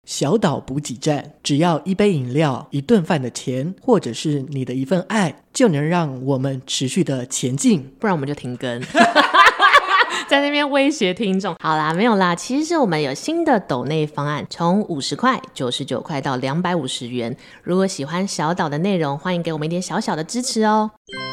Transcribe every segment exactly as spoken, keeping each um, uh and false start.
小岛补给站，只要一杯饮料、一顿饭的钱，或者是你的一份爱，就能让我们持续的前进。 不然我们就停更。在那边威胁听众。好啦，没有啦，其实我们有新的抖内方案，从五十块、九十九块到两百五十元。如果喜欢小岛的内容，欢迎给我们一点小小的支持哦。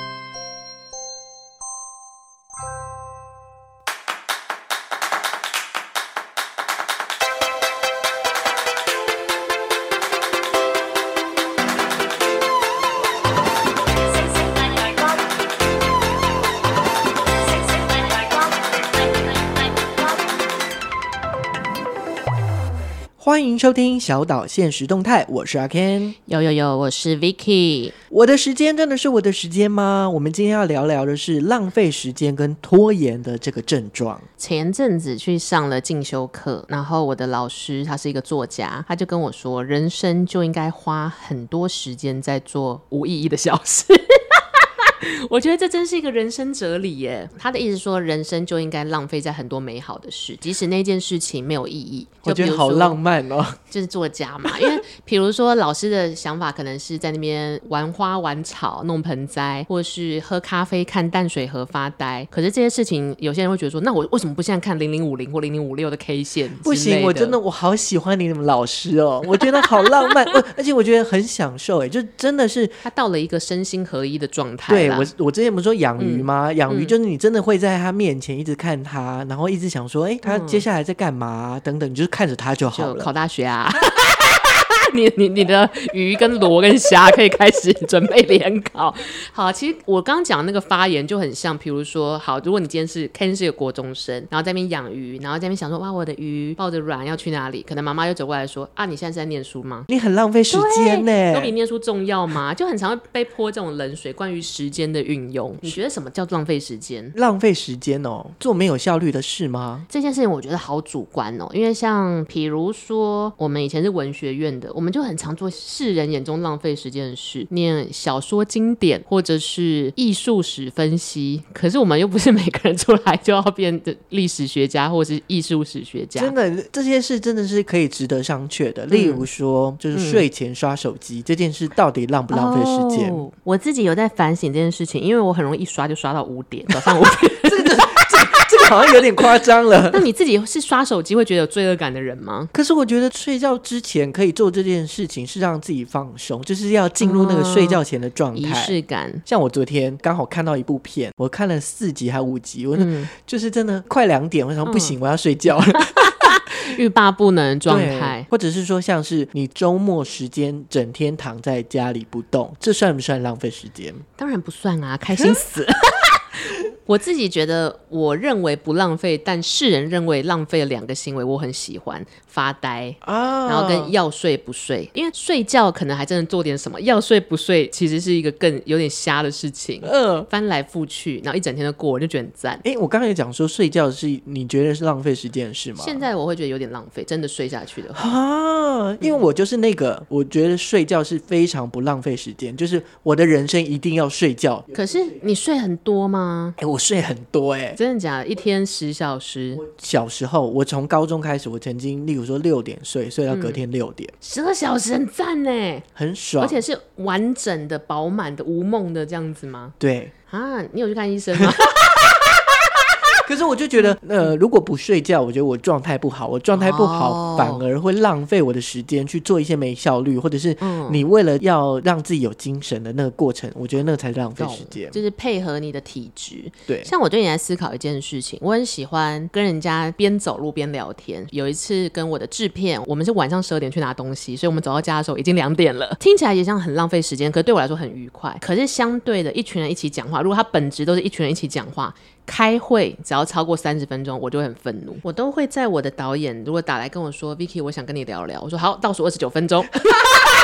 欢迎收听小岛限时动态，我是阿 Ken。 有有有，我是 Vicky。 我的时间真的是我的时间吗？我们今天要聊聊的是浪费时间跟拖延的这个症状。 前阵子去上了进修课，然后我的老师他是一个作家，他就跟我说，人生就应该花很多时间在做无意义的小事。我觉得这真是一个人生哲理耶。他的意思说，人生就应该浪费在很多美好的事，即使那件事情没有意义。 我觉得好浪漫哦， 就是作家嘛。因为比如说老师的想法可能是在那边玩花玩草弄盆栽，或是喝咖啡看淡水河发呆。可是这些事情有些人会觉得说，那我为什么不现在看零零五零或零零五六的 K 线？ 不行，我真的我好喜欢你们老师哦，我觉得好浪漫。而且我觉得很享受耶，就真的是他到了一个身心合一的状态。 对，我我之前不是说养鱼吗？养、嗯、鱼就是你真的会在他面前一直看他，然后一直想说，哎，他接下来在干嘛、啊、等等，你就是看着他就好了。 就考大学啊。你, 你, 你的鱼跟螺跟虾可以开始准备联考。好，其实我刚刚讲那个发言就很像，比如说，好，如果你今天是 Ken 是一个国中生，然后在那边养鱼，然后在那边想说，哇，我的鱼抱着卵要去哪里？可能妈妈又走过来说，啊，你现在是在念书吗？ 你很浪费时间呢， 都比念书重要吗？就很常会被泼这种冷水，关于时间的运用。你觉得什么叫浪费时间？ 浪费时间哦，做没有效率的事吗？ 这件事情我觉得好主观哦，因为像比如说我们以前是文学院的，我们就很常做世人眼中浪费时间的事，念小说经典或者是艺术史分析。可是我们又不是每个人出来就要变得历史学家或是艺术史学家。 真的，这些事真的是可以值得商榷的。例如说、嗯、就是睡前刷手机、嗯、这件事到底浪不浪费时间、哦、 我自己有在反省这件事情，因为我很容易一刷就刷到五点，早上五点。 这个这个好像有点夸张了。 那你自己是刷手机会觉得有罪恶感的人吗？ 可是我觉得睡觉之前可以做这件事情是让自己放松，就是要进入那个睡觉前的状态、嗯、仪式感。 像我昨天刚好看到一部片，我看了四集还五集，我、嗯、就是真的快两点，我想不行、嗯、我要睡觉了。 欲罢不能状态。 或者是说像是你周末时间整天躺在家里不动，这算不算浪费时间？ 当然不算啊，开心死了。我自己觉得我认为不浪费，但世人认为浪费的两个行为我很喜欢，发呆、啊、然后跟要睡不睡。因为睡觉可能还真的做点什么，要睡不睡其实是一个更有点瞎的事情、呃、翻来覆去然后一整天都过，我就觉得很赞。 诶，我刚才也讲说睡觉是你觉得是浪费时间的事吗？ 现在我会觉得有点浪费，真的睡下去的话啊，因为我就是那个、嗯、我觉得睡觉是非常不浪费时间，就是我的人生一定要睡觉。 可是你睡很多吗？ 诶，我睡很多耶、欸、 真的假的？一天十小时？ 小时候我从高中开始，我曾经例如说六点睡睡到隔天六点， 十个小时很赞耶， 很爽， 而且是完整的饱满的无梦的这样子吗？ 对啊，你有去看医生吗？ 可是我就觉得呃，如果不睡觉，我觉得我状态不好，我状态不好、哦、反而会浪费我的时间去做一些没效率，或者是你为了要让自己有精神的那个过程、嗯、我觉得那个才是浪费时间， 就是配合你的体质。 对， 像我最近在思考一件事情，我很喜欢跟人家边走路边聊天。有一次跟我的制片，我们是晚上十二点去拿东西，所以我们走到家的时候已经两点了，听起来也像很浪费时间，可是对我来说很愉快。可是相对的，一群人一起讲话，如果他本质都是一群人一起讲话，开会只要超过三十分钟我就会很愤怒。我都会在我的导演如果打来跟我说 Vicky 我想跟你聊聊，我说好，倒数二十九分钟。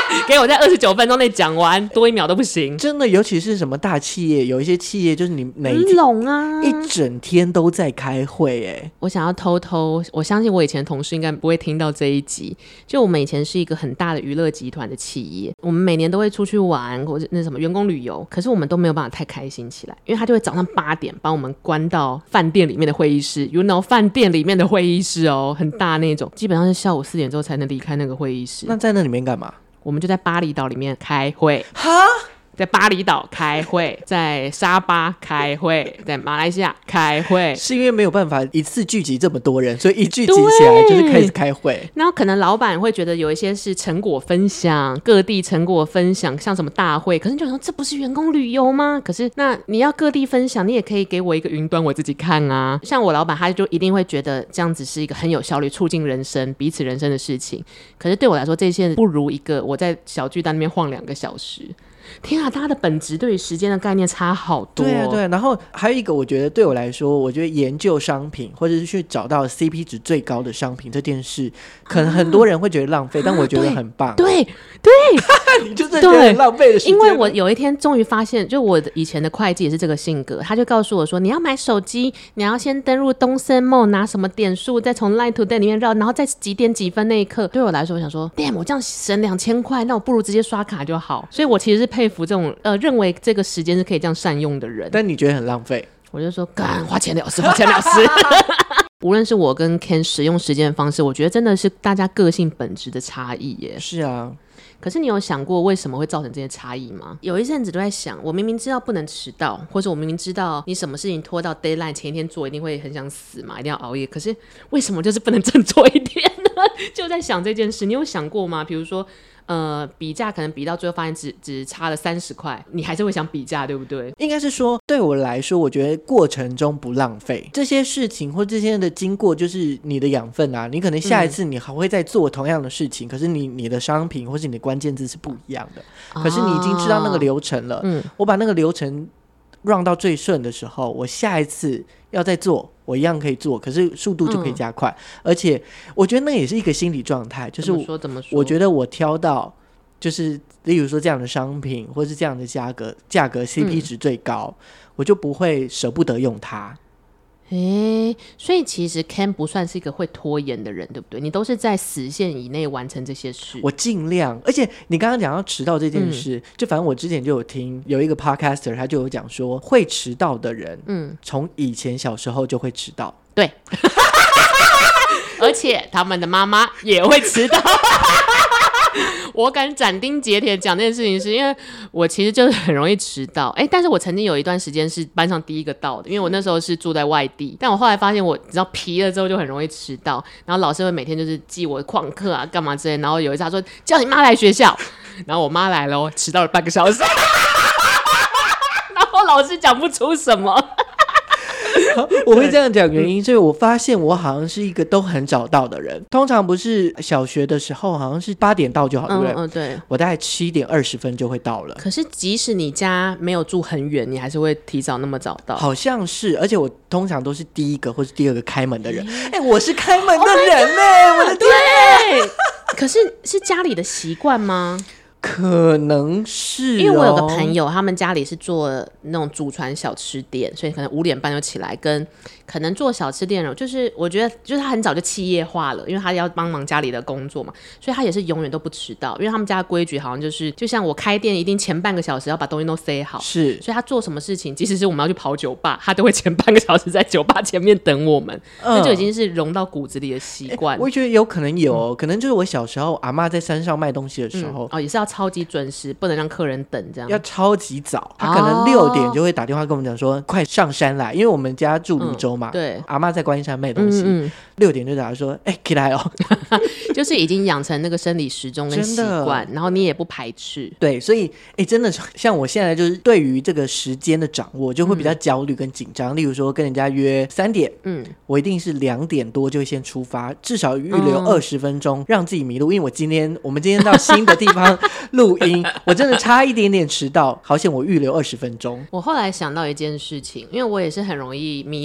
给我在二十九分钟内讲完，多一秒都不行。 真的，尤其是什么大企业，有一些企业就是你每一很拢啊， 一整天都在开会。哎， 我想要偷偷，我相信我以前的同事应该不会听到这一集。就我们以前是一个很大的娱乐集团的企业，我们每年都会出去玩或者那什么员工旅游，可是我们都没有办法太开心起来，因为他就会早上八点把我们关到饭店里面的会议室 ，you know， 饭店里面的会议室哦，很大那种，基本上是下午四点之后才能离开那个会议室。 那在那里面干嘛？ 我们就在巴厘岛里面开会。哈？在巴厘岛开会，在沙巴开会，在马来西亚开会。 是因为没有办法一次聚集这么多人，所以一聚集起来就是开始开会。 然后可能老板会觉得有一些是成果分享，各地成果分享，像什么大会，可是你就说这不是员工旅游吗？可是那你要各地分享，你也可以给我一个云端我自己看啊。像我老板他就一定会觉得这样子是一个很有效率促进人生彼此人生的事情，可是对我来说这些不如一个我在小巨蛋那边晃两个小时。天啊，大家的本质对于时间的概念差好多。 对啊，对啊。然后还有一个，我觉得对我来说，我觉得研究商品或者是去找到 C P 值最高的商品这件事，可能很多人会觉得浪费，啊、但我觉得很棒。 对对， 你就是觉得很浪费的时间。 因为我有一天终于发现，就我以前的会计也是这个性格，他就告诉我说，你要买手机，你要先登入东森 Mall 拿什么点数，再从 Line Today 里面绕，然后在几点几分那一刻，对我来说，我想说 ，damn， 我这样省两千块，那我不如直接刷卡就好。所以我其实是佩服这种呃认为这个时间是可以这样善用的人。 但你觉得很浪费？ 我就说干，花钱了事，花钱了事。无论是我跟 Ken 使用时间的方式，我觉得真的是大家个性本质的差异耶。 是啊。 可是你有想过为什么会造成这些差异吗？有一阵子都在想，我明明知道不能迟到，或者我明明知道你什么事情拖到 deadline 前一天做一定会很想死嘛，一定要熬夜，可是为什么就是不能振作一点呢？就在想这件事。你有想过吗？比如说呃，比价可能比到最后发现只只差了三十块，你还是会想比价，对不对？ 应该是说，对我来说，我觉得过程中不浪费这些事情，或这些的经过，就是你的养分啊。你可能下一次你还会再做同样的事情，嗯、可是你你的商品或是你的关键字是不一样的，啊、可是你已经知道那个流程了。嗯，我把那个流程run到最顺的时候，我下一次要再做。我一样可以做，可是速度就可以加快、嗯、而且我觉得那也是一个心理状态，就是我, 怎么说我觉得我挑到就是例如说这样的商品或是这样的价格价格 C P 值最高、嗯、我就不会舍不得用它。 诶，所以其实 Ken 不算是一个会拖延的人，对不对？你都是在死线以内完成这些事。 我尽量，而且你刚刚讲到迟到这件事、嗯、就反正我之前就有听有一个 podcaster 他就有讲说，会迟到的人嗯，从以前小时候就会迟到。 对而且他们的妈妈也会迟到我敢斩钉截铁讲这件事情，是因为我其实就是很容易迟到。哎，但是我曾经有一段时间是班上第一个到的，因为我那时候是住在外地。但我后来发现，我只要皮了之后就很容易迟到，然后老师会每天就是记我旷课啊，干嘛之类。然后有一次他说叫你妈来学校，然后我妈来了，迟到了半个小时，然后老师讲不出什么。 我会这样讲原因，所以我发现我好像是一个都很早到的人。通常不是小学的时候好像是八点到就好，对不对？嗯，对。我大概七点二十分就会到了。 可是即使你家没有住很远，你还是会提早那么早到？ 好像是，而且我通常都是第一个或是第二个开门的人。哎、欸，我是开门的人哎、欸， oh、我的天、啊！ 对。可是是家里的习惯吗？ 可能是、哦、 因为我有个朋友他们家里是做那种祖传小吃店，所以可能五点半就起来，跟可能做小吃店的就是我觉得就是他很早就企业化了，因为他要帮忙家里的工作嘛，所以他也是永远都不迟到。因为他们家的规矩好像就是就像我开店一定前半个小时要把东西都塞好， 是， 所以他做什么事情即使是我们要去跑酒吧，他都会前半个小时在酒吧前面等我们、嗯、那就已经是融到骨子里的习惯、 欸、我觉得有可能有、嗯、可能就是我小时候阿嬷在山上卖东西的时候、 嗯、哦，也是要超级准时，不能让客人等，这样要超级早，他可能六点就会打电话跟我们讲说、哦、快上山来，因为我们家住泸州嘛、嗯、对，阿嬷在观音山卖东西，嗯嗯，六点就打说哎、欸、起来哦就是已经养成那个生理时钟跟习惯，然后你也不排斥。 对，所以哎、欸，真的像我现在就是对于这个时间的掌握就会比较焦虑跟紧张、嗯、例如说跟人家约三点，嗯，我一定是两点多就会先出发，至少预留二十分钟、嗯、让自己迷路，因为我今天我们今天到新的地方录音我真的差一点点迟到，好险我预留二十分钟。 我后来想到一件事情，因为我也是很容易迷路跟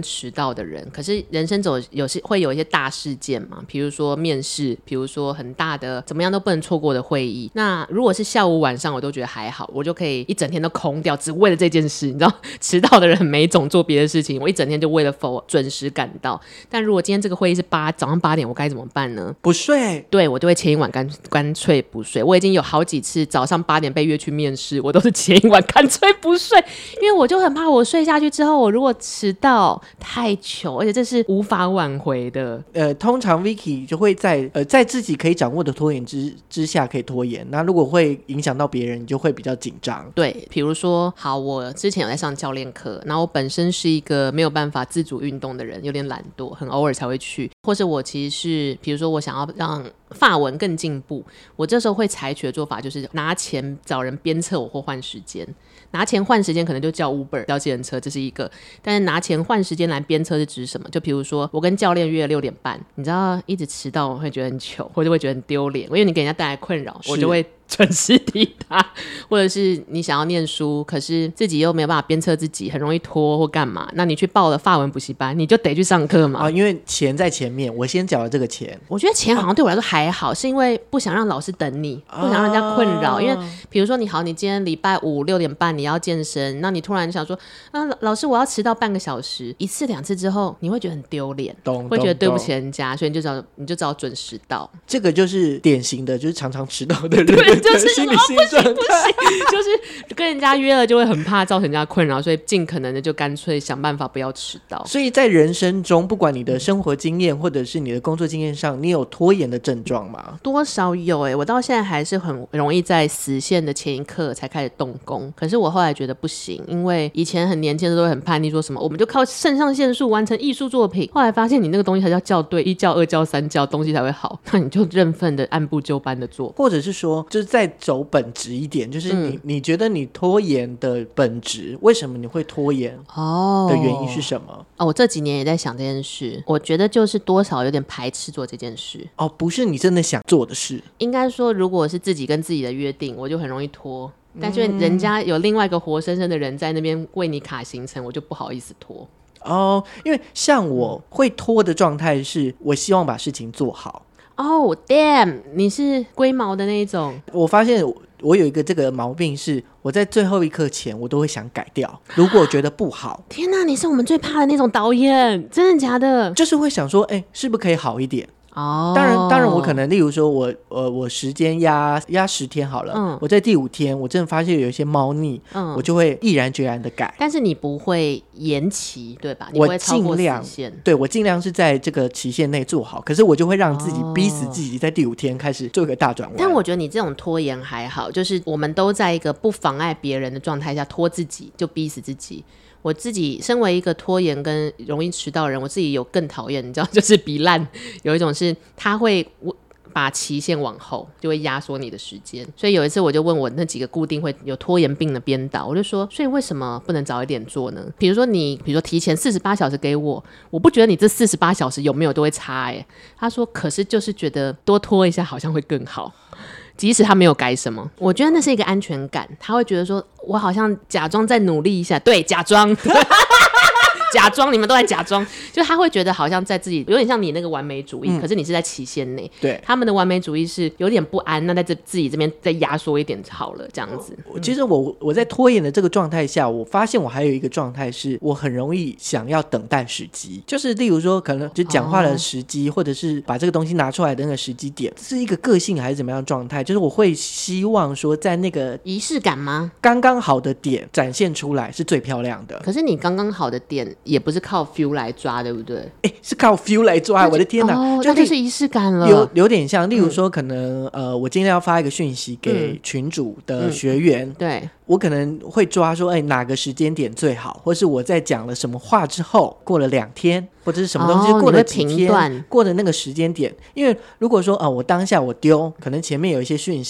迟到的人，可是人生总有些会有一些大事件嘛，比如说面试，比如说很大的怎么样都不能错过的会议。那如果是下午晚上我都觉得还好，我就可以一整天都空掉，只为了这件事。你知道迟到的人很没种，做别的事情，我一整天就为了否准时赶到。但如果今天这个会议是八早上八点，我该怎么办呢？ 不睡。对， 我就会前一晚干干脆不睡。我已经有好几次早上八点被约去面试，我都是前一晚干脆不睡，因为我就很怕我睡下去之后，我如果迟到太糗，而且这是无法挽回的。 呃，通常 Vicky 就会在呃在自己可以掌握的拖延之之下可以拖延，那如果会影响到别人，你就会比较紧张。 对，比如说，好，我之前有在上教练课，然后我本身是一个没有办法自主运动的人，有点懒惰，很偶尔才会去，或是我其实是，比如说我想要让法文更进步，我这时候会采取的做法就是拿钱找人鞭策我或换时间。拿钱换时间可能就叫 Uber 叫计程车，这是一个。但是拿钱换时间来鞭策是指什么？就比如说我跟教练约了六点半，你知道一直迟到我会觉得很糗，或者会觉得很丢脸，因为你给人家带来困扰，我就会准时抵达。或者是你想要念书，可是自己又没有办法鞭策自己，很容易拖或干嘛，那你去报了法文补习班，你就得去上课嘛、 啊、因为钱在前面，我先缴了这个钱。 我觉得钱好像对我来说还好、啊、是因为不想让老师等你，不想让人家困扰、啊、因为比如说你好，你今天礼拜五六点半你要健身，那你突然想说啊，老师我要迟到半个小时，一次两次之后你会觉得很丢脸，会觉得对不起人家，所以你就只好你就只好准时到。 这个就是典型的就是常常迟到的人的就是心理心理状态、哦、 不行不行就是跟人家约了就会很怕造成人家困扰，所以尽可能的就干脆想办法不要迟到。 所以在人生中，不管你的生活经验或者是你的工作经验上，你有拖延的症状吗？ 多少有耶、欸、我到现在还是很容易在死线的前一刻才开始动工，可是我后来觉得不行，因为以前很年轻的时候会很叛逆，说什么我们就靠肾上腺素完成艺术作品，后来发现你那个东西才叫校对，一校二校三校东西才会好，那你就认份的按部就班的做。 或者是说就是再走本质一点，就是你、嗯、你觉得你拖延的本质，为什么你会拖延的原因是什么？ 哦, 哦我这几年也在想这件事，我觉得就是多少有点排斥做这件事。 哦，不是你真的想做的事， 应该说如果是自己跟自己的约定，我就很容易拖，但是人家有另外一个活生生的人在那边为你卡行程，我就不好意思拖。 哦，因为像我会拖的状态是我希望把事情做好。 哦、oh, damn 你是龟毛的那一种。 我发现我有一个这个毛病是我在最后一刻前我都会想改掉，如果我觉得不好天哪，你是我们最怕的那种导演，真的假的？ 就是会想说哎、欸，是不是可以好一点。 哦、oh. 当然当然我可能例如说我呃我时间压压十天好了、嗯、我在第五天我真的发现有一些猫腻、嗯、我就会毅然决然的改。 但是你不会延期对吧？你不会超过时限。 对，我尽量是在这个期限内做好，可是我就会让自己逼死自己在第五天开始做一个大转弯。 但我觉得你这种拖延还好，就是我们都在一个不妨碍别人的状态下拖自己，就逼死自己。我自己身为一个拖延跟容易迟到的人，我自己有更讨厌，你知道，就是比烂。有一种是他会把期限往后，就会压缩你的时间。所以有一次我就问我那几个固定会有拖延病的编导，我就说，所以为什么不能早一点做呢？比如说你比如说提前四十八小时给我，我不觉得你这四十八小时有没有都会差耶。他说可是就是觉得多拖一下好像会更好，即使他没有改什么。我觉得那是一个安全感，他会觉得说我好像假装再努力一下。对，假装假装，你们都在假装，就他会觉得好像在自己有点像你那个完美主义、嗯、可是你是在期限内。 对， 他们的完美主义是有点不安，那在这自己这边再压缩一点好了，这样子。 其实我我在拖延的这个状态下，我发现我还有一个状态是我很容易想要等待时机，就是例如说可能就讲话的时机、哦、或者是把这个东西拿出来的那个时机点，是一个个性还是怎么样的状态，就是我会希望说在那个仪式感吗？ 刚刚好的点展现出来是最漂亮的。 可是你刚刚好的点也不是靠 feel 来抓，对不对？ 欸、是靠 feel 来抓，我的天哪、 哦、就那就是仪式感了。 有有点像例如说可能、嗯、呃，我今天要发一个讯息给群组的学员、嗯嗯、 对， 我可能会抓说哎、欸，哪个时间点最好，或是我在讲了什么话之后过了两天或者是什么东西过了几天、哦、过了那个时间点。因为如果说、呃、我当下我丢可能前面有一些讯息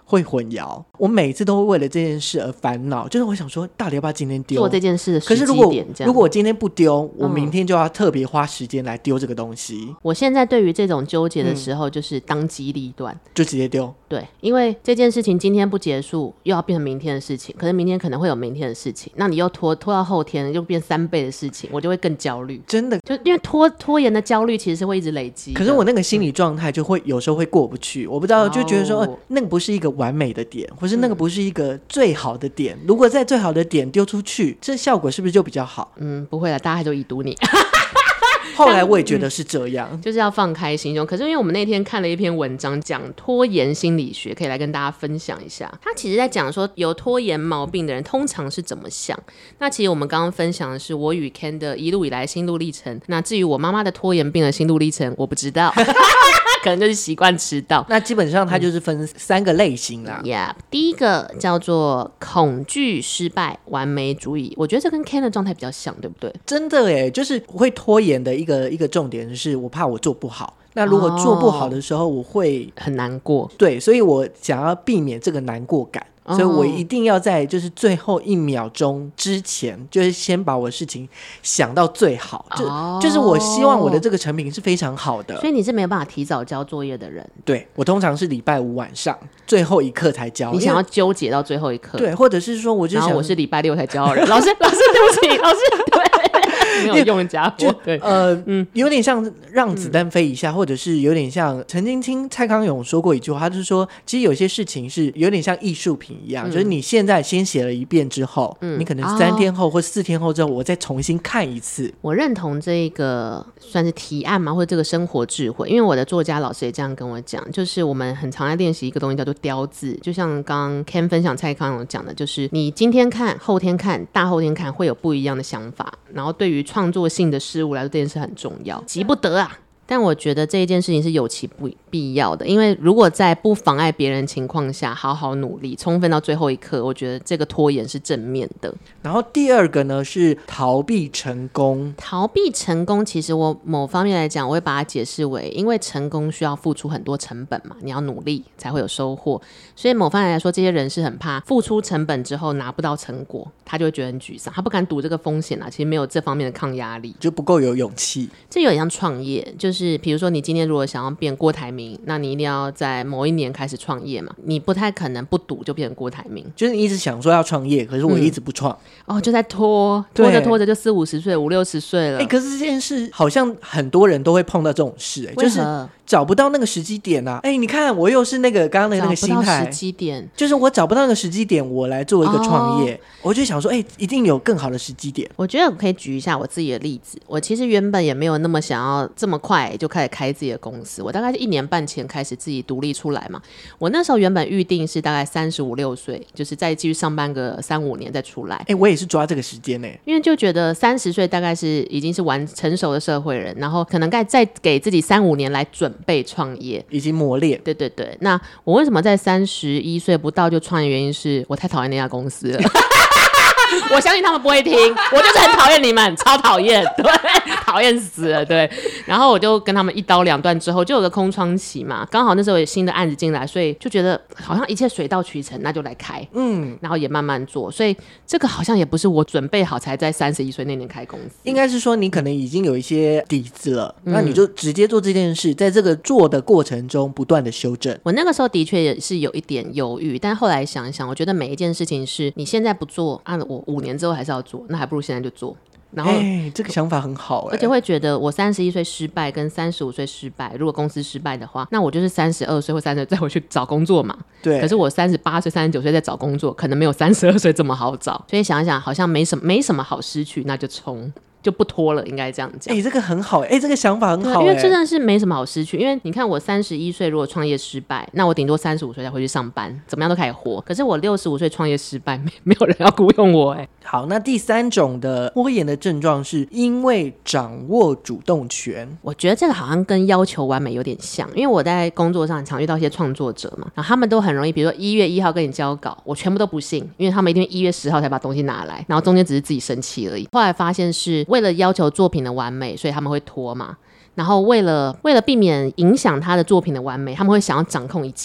会混淆，我每次都会为了这件事而烦恼，就是我想说到底要不要今天丢做这件事的时机点。 可是如果这样如果我今天不丢，我明天就要特别花时间来丢这个东西、嗯、 我现在对于这种纠结的时候就是当机立断、嗯、 就直接丢。 对，因为这件事情今天不结束又要变成明天的事情，可是明天可能会有明天的事情，那你又拖拖到后天又变三倍的事情，我就会更焦虑。 真的， 就因为拖拖延的焦虑其实是会一直累积。 可是我那个心理状态就会有时候会过不去，我不知道，就觉得说、哦、那个不是一个完美的点，或是那个不是一个最好的点、嗯、如果在最好的点丢出去，这效果是不是就比较好？ 嗯，不会啦，大家还都已读你后来我也觉得是这样、嗯、 就是要放开心胸。可是因为我们那天看了一篇文章讲拖延心理学，可以来跟大家分享一下。他其实在讲说有拖延毛病的人通常是怎么想。那其实我们刚刚分享的是我与 Ken 的一路以来心路历程，那至于我妈妈的拖延病的心路历程我不知道可能就是习惯迟到。 那基本上它就是分三个类型啦、 嗯 yeah, 第一个叫做恐惧失败完美主义，我觉得这跟 Ken 的状态比较像，对不对？ 真的耶，就是会拖延的一个一个重点是我怕我做不好，那如果做不好的时候我会、 哦、很难过。 对，所以我想要避免这个难过感，所以我一定要在就是最后一秒钟之前就是先把我的事情想到最好、就, 哦、就是我希望我的这个成品是非常好的。 所以你是没有办法提早交作业的人。 对，我通常是礼拜五晚上最后一刻才交。 你想要纠结到最后一刻。 对，或者是说我就想， 然后我是礼拜六才交的人老师老师对不起老师对没有用的家伙。对， 呃，嗯，有点像让子弹飞一下、嗯、或者是有点像曾经听蔡康永说过一句话，他就是说其实有些事情是有点像艺术品一样、嗯、就是你现在先写了一遍之后、嗯、你可能三天后或四天后之后我再重新看一次。 我认同这个算是提案嘛，或者这个生活智慧，因为我的作家老师也这样跟我讲，就是我们很常在练习一个东西叫做雕字，就像刚刚 Ken 分享蔡康永讲的，就是你今天看后天看大后天看会有不一样的想法，然后对于创作性的事物来说这件事很重要，急不得啊。但我觉得这一件事情是有其不必要的，因为如果在不妨碍别人情况下好好努力充分到最后一刻，我觉得这个拖延是正面的。 然后第二个呢是逃避成功。 逃避成功其实我某方面来讲我会把它解释为因为成功需要付出很多成本嘛，你要努力才会有收获，所以某方面来说这些人是很怕付出成本之后拿不到成果，他就会觉得很沮丧，他不敢赌这个风险啊，其实没有这方面的抗压力， 就不够有勇气。 这有点像创业，就是就是比如说你今天如果想要变郭台铭，那你一定要在某一年开始创业嘛，你不太可能不赌就变成郭台铭。 就是你一直想说要创业，可是我一直不创、 嗯、哦，就在拖拖着拖着就四五十岁五六十岁了、 欸、可是这件事好像很多人都会碰到这种事、欸、就是找不到那个时机点啊。哎、欸，你看我又是那个刚刚的那个心态，找不到时机点， 就是我找不到那个时机点我来做一个创业、哦、我就想说哎、欸，一定有更好的时机点。 我觉得我可以举一下我自己的例子，我其实原本也没有那么想要这么快就开始开自己的公司，我大概是一年半前开始自己独立出来嘛。我那时候原本预定是大概三十五六岁，就是再继续上班个三五年再出来。 哎、欸，我也是抓这个时间呢、欸， 因为就觉得三十岁大概是已经是完成熟的社会人，然后可能该再给自己三五年来准备创业， 已经磨练。 对对对，那我为什么在三十一岁不到就创业？原因是我太讨厌那家公司了。我相信他们不会听，我就是很讨厌你们，超讨厌，对，讨厌死了，对。然后我就跟他们一刀两断之后，就有个空窗期嘛，刚好那时候有新的案子进来，所以就觉得好像一切水到渠成，那就来开，嗯，然后也慢慢做，所以这个好像也不是我准备好才在三十一岁那年开公司， 应该是说你可能已经有一些底子了，嗯、那你就直接做这件事，在这个做的过程中不断的修正。 我那个时候的确也是有一点犹豫，但后来想一想，我觉得每一件事情是你现在不做啊，我五年之后还是要做，那还不如现在就做。然后、 欸、这个想法很好、欸、 而且会觉得我三十一岁失败跟三十五岁失败，如果公司失败的话，那我就是三十二岁或三十再回去找工作嘛。 对。 可是我三十八岁、三十九岁在找工作，可能没有三十二岁这么好找，所以想一想，好像没什么没什么好失去，那就冲。就不拖了，应该这样讲。 哎、欸，这个很好，哎、欸，这个想法很好、欸， 因为真的是没什么好失去。因为你看，我三十一岁如果创业失败，那我顶多三十五岁才回去上班，怎么样都可以活。可是我六十五岁创业失败，没没有人要雇佣我、欸，哎。 好，那第三种的拖延的症状是因为掌握主动权。 我觉得这个好像跟要求完美有点像，因为我在工作上常遇到一些创作者嘛，然后他们都很容易，比如说一月一号跟你交稿，我全部都不信，因为他们一定一月十号才把东西拿来，然后中间只是自己生气而已。后来发现是为了要求作品的完美，所以他们会拖嘛，然后为了为了避免影响他的作品的完美，他们会想要掌控一切。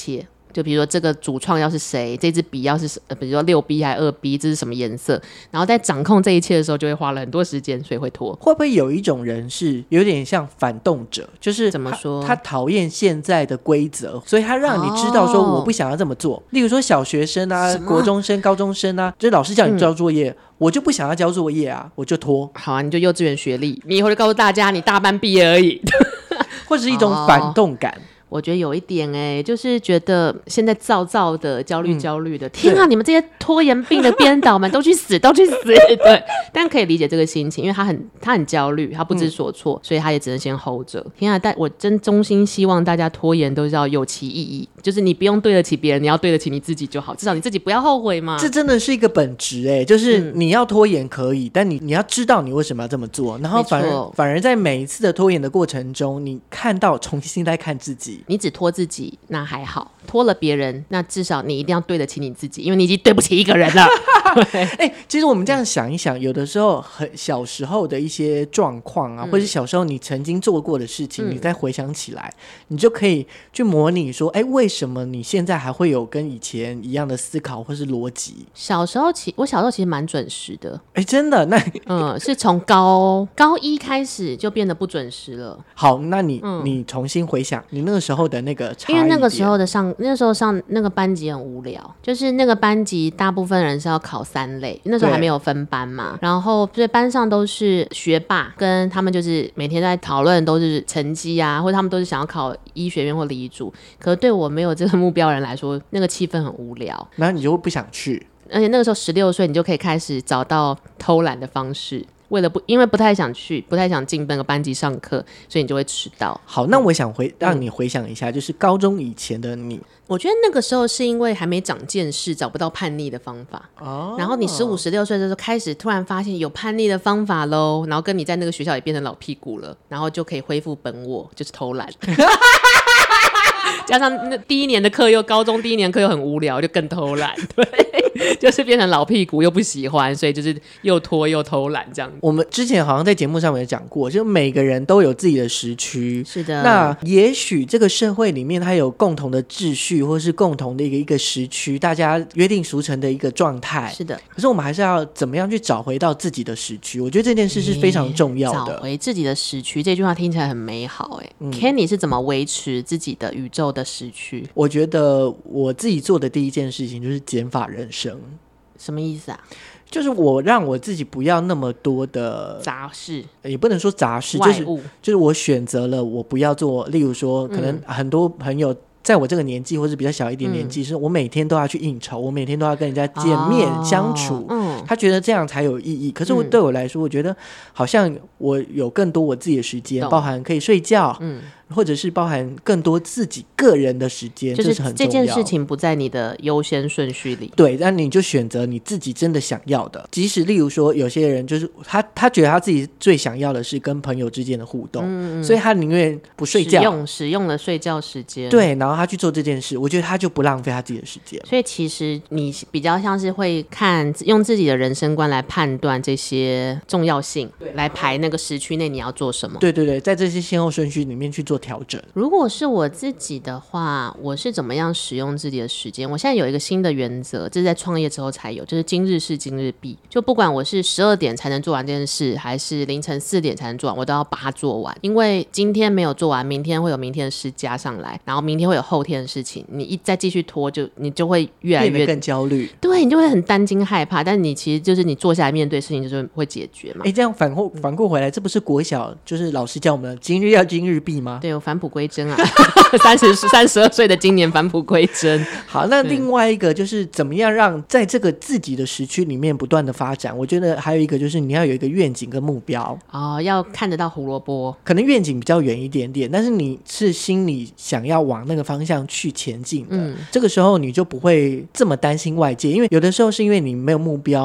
就比如说这个主创要是谁，这支笔要是呃比如说六 B 还二 B， 这是什么颜色，然后在掌控这一切的时候就会花了很多时间，所以会拖。 会不会有一种人是有点像反动者，就是怎么说， 他讨厌现在的规则，所以他让你知道说我不想要这么做、哦、例如说小学生啊、国中生、高中生啊，就是老师叫你交作业、嗯，我就不想要交作业啊，我就拖。 好啊，你就幼稚园学历，你以后就告诉大家你大班毕业而已或者是一种反动感、哦， 我觉得有一点哎、欸，就是觉得现在躁躁的、焦虑焦虑的、嗯，天啊，你们这些拖延病的编导们都去死，都去死！对，但可以理解这个心情，因为他很他很焦虑，他不知所措、嗯，所以他也只能先 hold 着。天啊，但我真衷心希望大家拖延都是要有其意义，就是你不用对得起别人，你要对得起你自己就好，至少你自己不要后悔嘛。 这真的是一个本质哎、欸，就是你要拖延可以，嗯、但你你要知道你为什么要这么做，然后反而反而在每一次的拖延的过程中，你看到重新再看自己， 你只拖自己。那还好，拖了别人，那至少你一定要对得起你自己，因为你已经对不起一个人了。 欸、其实我们这样想一想，有的时候很小时候的一些状况啊、嗯，或者小时候你曾经做过的事情、嗯、你再回想起来，你就可以去模拟说，哎、欸，为什么你现在还会有跟以前一样的思考或是逻辑？ 小时候其我小时候其实蛮准时的。 哎、欸，真的？那嗯，是从高高一开始就变得不准时了。 好，那你、嗯、你重新回想你那个时候的那个差异点， 因为那个时候的上那时候上那个班级很无聊，就是那个班级大部分人是要考三类，那时候还没有分班嘛，然后所以班上都是学霸，跟他们就是每天在讨论都是成绩啊，或者他们都是想要考医学院或理组，可是对我没有这个目标人来说，那个气氛很无聊， 然后你就不想去， 而且那个时候十六岁，你就可以开始找到偷懒的方式。为了不，因为不太想去，不太想进那个班级上课，所以你就会迟到。 好，那我想回、嗯、让你回想一下，就是高中以前的你。 我觉得那个时候是因为还没长见识，找不到叛逆的方法。哦。然后你十五、十六岁的时候开始突然发现有叛逆的方法喽，然后跟你在那个学校也变成老屁股了，然后就可以恢复本我，就是偷懒。加上那第一年的课又高中第一年课又很无聊，就更偷懒，对，就是变成老屁股又不喜欢，所以就是又拖又偷懒这样。 我们之前好像在节目上面有讲过，就每个人都有自己的时区， 是的。 那也许这个社会里面它有共同的秩序，或是共同的一个一个时区，大家约定俗成的一个状态， 是的。 可是我们还是要怎么样去找回到自己的时区？我觉得这件事是非常重要的。 找回自己的时区，这句话听起来很美好哎、欸嗯。Kenny 是怎么维持自己的宇宙的时区？ 我觉得我自己做的第一件事情就是减法人生。 什么意思啊？ 就是我让我自己不要那么多的杂事， 也不能说杂事， 外物， 就是就是我选择了我不要做，例如说可能很多朋友在我这个年纪或是比较小一点年纪、嗯、是我每天都要去应酬，我每天都要跟人家见面、哦、相处、嗯、他觉得这样才有意义，可是我、嗯、对我来说我觉得好像我有更多我自己的时间，包含可以睡觉、嗯，或者是包含更多自己个人的时间， 就是这是很重要。 这件事情不在你的优先顺序里， 对，那你就选择你自己真的想要的。即使例如说有些人就是他他觉得他自己最想要的是跟朋友之间的互动、嗯、所以他宁愿不睡觉， 使用使用了睡觉时间， 对，然后他去做这件事，我觉得他就不浪费他自己的时间。 所以其实你比较像是会看用自己的人生观来判断这些重要性，来排那个时区内你要做什么。 对对对，在这些先后顺序里面去做调整。 如果是我自己的话，我是怎么样使用自己的时间？我现在有一个新的原则，这是在创业之后才有，就是今日事今日毕。就不管我是十二点才能做完这件事，还是凌晨四点才能做完，我都要把它做完。因为今天没有做完，明天会有明天的事加上来，然后明天会有后天的事情，你一再继续拖，就你就会越来越变得更焦虑。 对，你就会很担惊害怕。但你其实就是你坐下来面对事情，就是会解决嘛。 哎，这样反过反过回来，这不是国小就是老师教我们今日要今日毕吗？ 对，我返璞归真啊。三十三十二岁的今年返璞归真。 好，那另外一个就是怎么样让在这个自己的时区里面不断的发展。我觉得还有一个就是你要有一个愿景跟目标哦，要看得到胡萝卜。 可能愿景比较远一点点，但是你是心里想要往那个方向去前进的、嗯、这个时候你就不会这么担心外界，因为有的时候是因为你没有目标，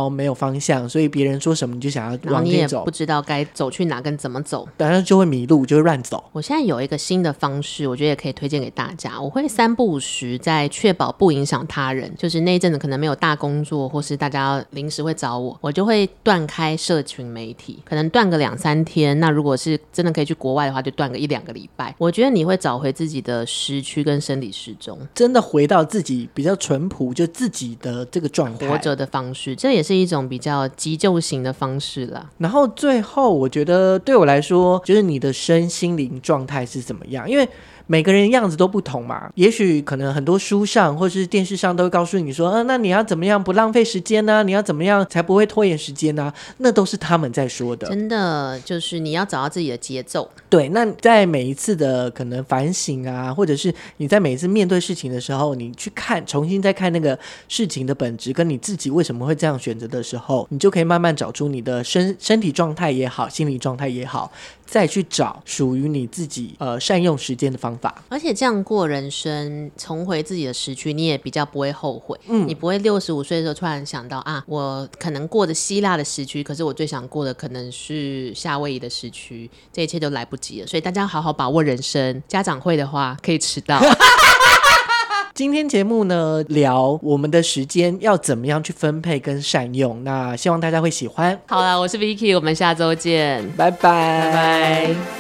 标，没有方向，所以别人说什么你就想要往前走，然后你也不知道该走去哪跟怎么走， 然后就会迷路，就会乱走。 我现在有一个新的方式，我觉得也可以推荐给大家。我会三不五时，在确保不影响他人，就是那一阵子可能没有大工作，或是大家临时会找我，我就会断开社群媒体，可能断个两三天。那如果是真的可以去国外的话，就断个一两个礼拜。我觉得你会找回自己的时区跟生理时钟， 真的回到自己比较淳朴，就自己的这个状态活着的方式，这也是一种比较急救型的方式啦。 然后最后我觉得对我来说，就是你的身心灵状态是怎么样，因为每个人样子都不同嘛，也许可能很多书上或是电视上都会告诉你说、啊、那你要怎么样不浪费时间呢、啊？你要怎么样才不会拖延时间呢、啊？那都是他们在说的， 真的就是你要找到自己的节奏。 对，那在每一次的可能反省啊，或者是你在每一次面对事情的时候，你去看重新再看那个事情的本质跟你自己为什么会这样选择的时候，你就可以慢慢找出你的身身体状态也好，心理状态也好，再去找属于你自己呃善用时间的方法。 而且这样过人生，重回自己的时区，你也比较不会后悔。嗯，你不会六十五岁的时候突然想到啊，我可能过的希腊的时区，可是我最想过的可能是夏威夷的时区，这一切都来不及了。所以大家好好把握人生，家长会的话可以迟到。 今天节目呢，聊我们的时间要怎么样去分配跟善用，那希望大家会喜欢。 好啦，我是 Vicky， 我们下周见， 拜拜， 拜拜。